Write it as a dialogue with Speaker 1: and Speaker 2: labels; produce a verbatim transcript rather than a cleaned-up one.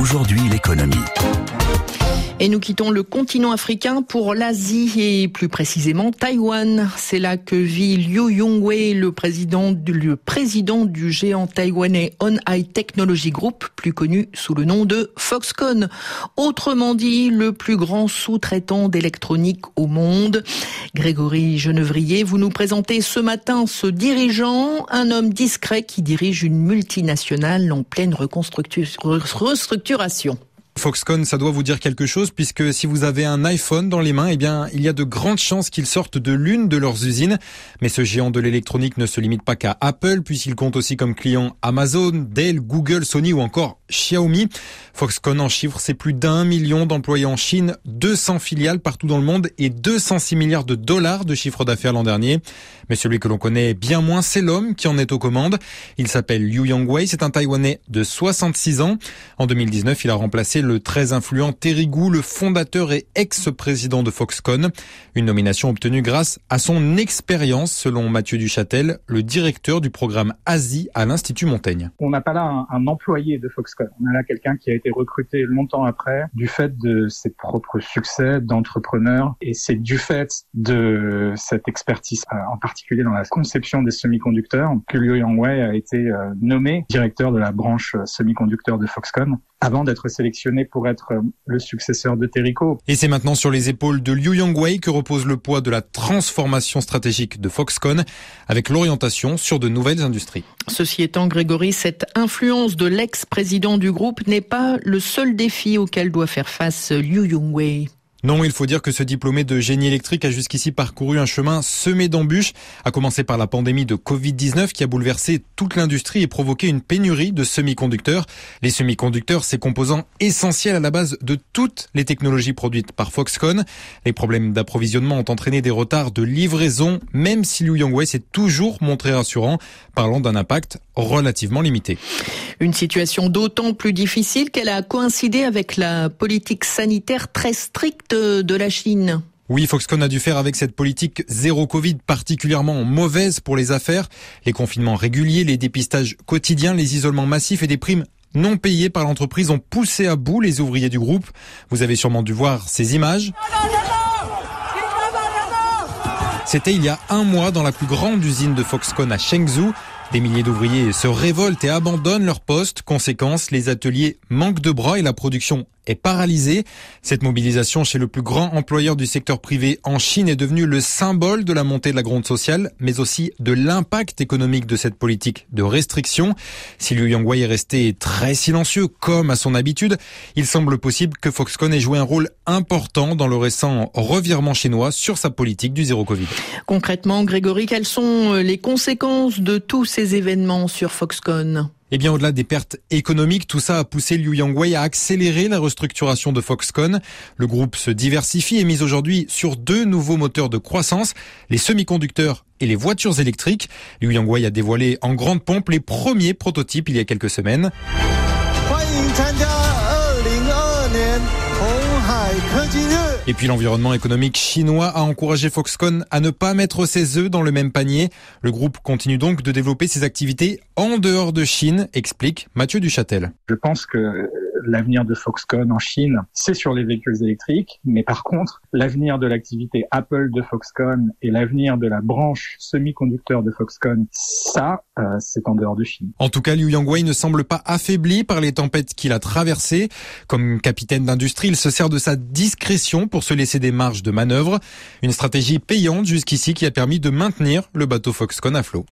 Speaker 1: Aujourd'hui, l'économie.
Speaker 2: Et nous quittons le continent africain pour l'Asie et plus précisément Taïwan. C'est là que vit Liu Yongwei, le président du, le président du géant taïwanais On Hai Technology Group, plus connu sous le nom de Foxconn. Autrement dit, le plus grand sous-traitant d'électronique au monde. Grégory Genevrier, vous nous présentez ce matin ce dirigeant, un homme discret qui dirige une multinationale en pleine restructuration.
Speaker 3: Foxconn, ça doit vous dire quelque chose puisque si vous avez un iPhone dans les mains, eh bien, il y a de grandes chances qu'il sorte de l'une de leurs usines. Mais ce géant de l'électronique ne se limite pas qu'à Apple puisqu'il compte aussi comme clients Amazon, Dell, Google, Sony ou encore Xiaomi. Foxconn en chiffre, c'est plus d'un million d'employés en Chine, deux cents filiales partout dans le monde et deux cent six milliards de dollars de chiffre d'affaires l'an dernier. Mais celui que l'on connaît bien moins, c'est l'homme qui en est aux commandes. Il s'appelle Liu Yongwei, c'est un Taïwanais de soixante-six ans. En deux mille dix-neuf, il a remplacé le très influent Terry Gou, le fondateur et ex-président de Foxconn. Une nomination obtenue grâce à son expérience, selon Mathieu Duchâtel, le directeur du programme Asie à l'Institut Montaigne.
Speaker 4: On n'a pas là un, un employé de Foxconn. On a là quelqu'un qui a été recruté longtemps après, du fait de ses propres succès d'entrepreneur. Et c'est du fait de cette expertise, en particulier dans la conception des semi-conducteurs, que Liu Yongwei a été nommé directeur de la branche semi-conducteurs de Foxconn, avant d'être sélectionné pour être le successeur de Terry Gou.
Speaker 3: Et c'est maintenant sur les épaules de Liu Yongwei que repose le poids de la transformation stratégique de Foxconn, avec l'orientation sur de nouvelles industries.
Speaker 2: Ceci étant, Grégory, cette influence de l'ex-président du groupe n'est pas le seul défi auquel doit faire face Liu Yongwei.
Speaker 3: Non, il faut dire que ce diplômé de génie électrique a jusqu'ici parcouru un chemin semé d'embûches, à commencer par la pandémie de covid dix-neuf qui a bouleversé toute l'industrie et provoqué une pénurie de semi-conducteurs. Les semi-conducteurs, c'est composants essentiels à la base de toutes les technologies produites par Foxconn. Les problèmes d'approvisionnement ont entraîné des retards de livraison, même si Liu Yongwei s'est toujours montré rassurant, parlant d'un impact relativement limité.
Speaker 2: Une situation d'autant plus difficile qu'elle a coïncidé avec la politique sanitaire très stricte de la Chine.
Speaker 3: Oui, Foxconn a dû faire avec cette politique zéro Covid particulièrement mauvaise pour les affaires. Les confinements réguliers, les dépistages quotidiens, les isolements massifs et des primes non payées par l'entreprise ont poussé à bout les ouvriers du groupe. Vous avez sûrement dû voir ces images. C'était il y a un mois dans la plus grande usine de Foxconn à Chengzhou. Des milliers d'ouvriers se révoltent et abandonnent leur poste. Conséquence, les ateliers manquent de bras et la production est paralysée. Cette mobilisation chez le plus grand employeur du secteur privé en Chine est devenue le symbole de la montée de la gronde sociale, mais aussi de l'impact économique de cette politique de restriction. Si Liu Yongwei est resté très silencieux, comme à son habitude, il semble possible que Foxconn ait joué un rôle important dans le récent revirement chinois sur sa politique du zéro Covid.
Speaker 2: Concrètement, Grégory, quelles sont les conséquences de tous ces événements sur Foxconn ?
Speaker 3: Eh bien, au-delà des pertes économiques, tout ça a poussé Liu Yongwei à accélérer la restructuration de Foxconn. Le groupe se diversifie et mise aujourd'hui sur deux nouveaux moteurs de croissance, les semi-conducteurs et les voitures électriques. Liu Yongwei a dévoilé en grande pompe les premiers prototypes il y a quelques semaines. Et puis l'environnement économique chinois a encouragé Foxconn à ne pas mettre ses œufs dans le même panier. Le groupe continue donc de développer ses activités en dehors de Chine, explique Mathieu Duchâtel.
Speaker 4: Je pense que l'avenir de Foxconn en Chine, c'est sur les véhicules électriques, mais par contre, l'avenir de l'activité Apple de Foxconn et l'avenir de la branche semi-conducteur de Foxconn, ça, euh, c'est en dehors de Chine.
Speaker 3: En tout cas, Liu Yongwei ne semble pas affaibli par les tempêtes qu'il a traversées. Comme capitaine d'industrie, il se sert de sa discrétion pour se laisser des marges de manœuvre. Une stratégie payante jusqu'ici qui a permis de maintenir le bateau Foxconn à flot.